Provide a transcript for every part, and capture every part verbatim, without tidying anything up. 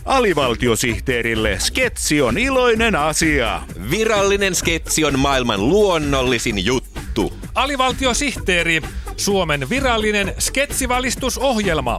Alivaltiosihteerille sketsi on iloinen asia. Virallinen sketsi on maailman luonnollisin juttu. Alivaltiosihteeri, Suomen virallinen sketsivalistusohjelma.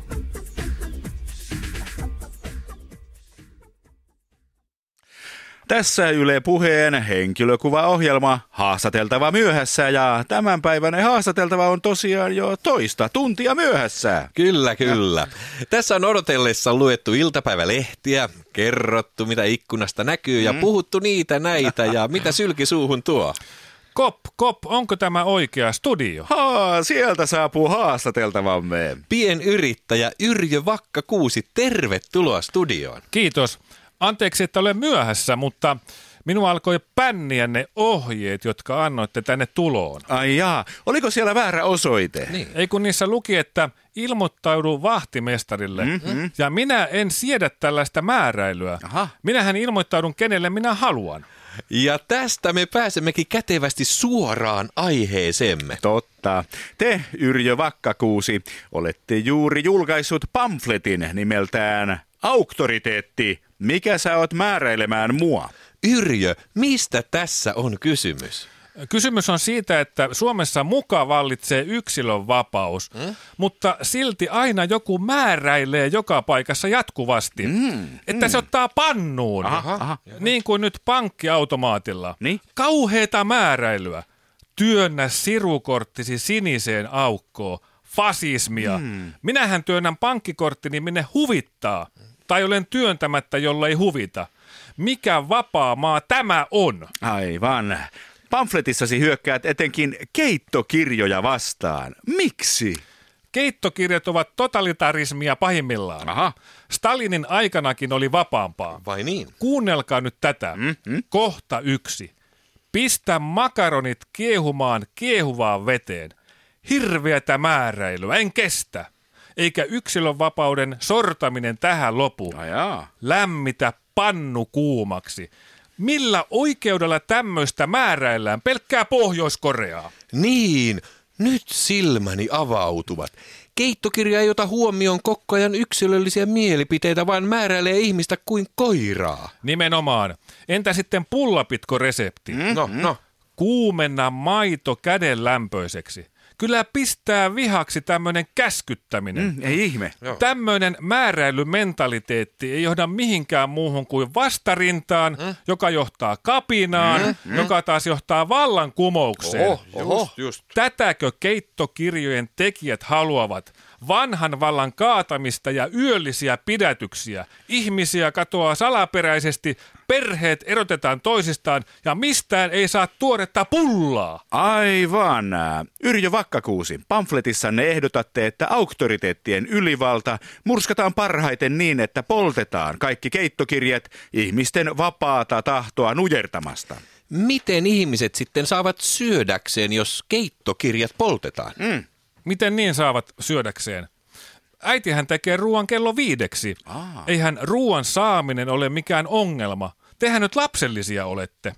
Tässä Yle Puheen henkilökuvaohjelma Haastateltava myöhässä, ja tämänpäiväinen haastateltava on tosiaan jo toista tuntia myöhässä. Kyllä, kyllä. Tässä on odotellessa luettu iltapäivälehtiä, kerrottu mitä ikkunasta näkyy ja mm. puhuttu niitä näitä ja mitä sylki suuhun tuo. Kop, kop, onko tämä oikea studio? Haa, sieltä saapuu haastateltavamme. Pienyrittäjä Yrjö Vakkakuusi, tervetuloa studioon. Kiitos. Anteeksi, että olen myöhässä, mutta minua alkoi pänniä ne ohjeet, jotka annoitte tänne tuloon. Ai jaa, oliko siellä väärä osoite? Niin. Ei kun niissä luki, että ilmoittaudu vahtimestarille. Mm-hmm. Ja minä en siedä tällaista määräilyä. Aha. Minähän ilmoittaudun kenelle minä haluan. Ja tästä me pääsemmekin kätevästi suoraan aiheeseemme. Totta. Te, Yrjö Vakkakuusi, olette juuri julkaissut pamfletin nimeltään Auktoriteetti. Mikä sä oot määräilemään mua? Yrjö, mistä tässä on kysymys? Kysymys on siitä, että Suomessa muka vallitsee yksilön vapaus, hmm? mutta silti aina joku määräilee joka paikassa jatkuvasti, mm, että mm. se ottaa pannuun, aha, aha. niin kuin nyt pankkiautomaatilla. Niin? Kauheeta määräilyä. Työnnä sirukorttisi siniseen aukkoon. Fasismia. Hmm. Minähän työnnän pankkikorttini minne huvittaa. Tai olen työntämättä, jolla ei huvita. Mikä vapaa maa tämä on? Aivan. Pamfletissasi hyökkäät etenkin keittokirjoja vastaan. Miksi? Keittokirjat ovat totalitarismia pahimmillaan. Aha. Stalinin aikanakin oli vapaampaa. Vai niin? Kuunnelkaa nyt tätä. Mm-hmm. Kohta yksi. Pistä makaronit kiehumaan kiehuvaan veteen. Hirveätä määräilyä, en kestä. Eikä yksilönvapauden sortaminen tähän lopu. Ajaa. Lämmitä pannu kuumaksi. Millä oikeudella tämmöistä määräillään pelkkää Pohjois-Koreaa? Niin, nyt silmäni avautuvat. Keittokirja ei ota huomioon koko ajan yksilöllisiä mielipiteitä, vaan määräilee ihmistä kuin koiraa. Nimenomaan. Entä sitten pullapitko-resepti? Mm, no, no. Kuumenna maito käden lämpöiseksi. Kyllä pistää vihaksi tämmöinen käskyttäminen. Mm, ei ihme. Tämmöinen määräilymentaliteetti ei johda mihinkään muuhun kuin vastarintaan, mm. joka johtaa kapinaan, mm, mm. joka taas johtaa vallankumoukseen. Oho, oho. Just, just. Tätäkö keittokirjojen tekijät haluavat? Vanhan vallan kaatamista ja yöllisiä pidätyksiä. Ihmisiä katoaa salaperäisesti, perheet erotetaan toisistaan ja mistään ei saa tuoretta pullaa. Aivan. Yrjö Vakkakuusi, pamfletissanne ehdotatte, että auktoriteettien ylivalta murskataan parhaiten niin, että poltetaan kaikki keittokirjat ihmisten vapaata tahtoa nujertamasta. Miten ihmiset sitten saavat syödäkseen, jos keittokirjat poltetaan? Mm. Miten niin saavat syödäkseen? Äitihän tekee ruoan kello viideksi. Aa. Eihän ruoan saaminen ole mikään ongelma. Tehän nyt lapsellisia olette.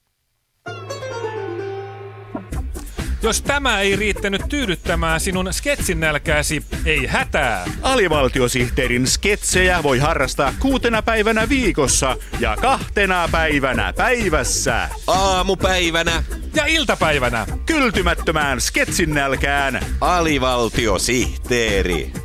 Jos tämä ei riittänyt tyydyttämään sinun sketsinälkääsi, ei hätää. Alivaltiosihteerin sketsejä voi harrastaa kuutena päivänä viikossa ja kahtena päivänä päivässä. Aamupäivänä ja iltapäivänä. Kyltymättömään sketsin nälkään alivaltiosihteeri.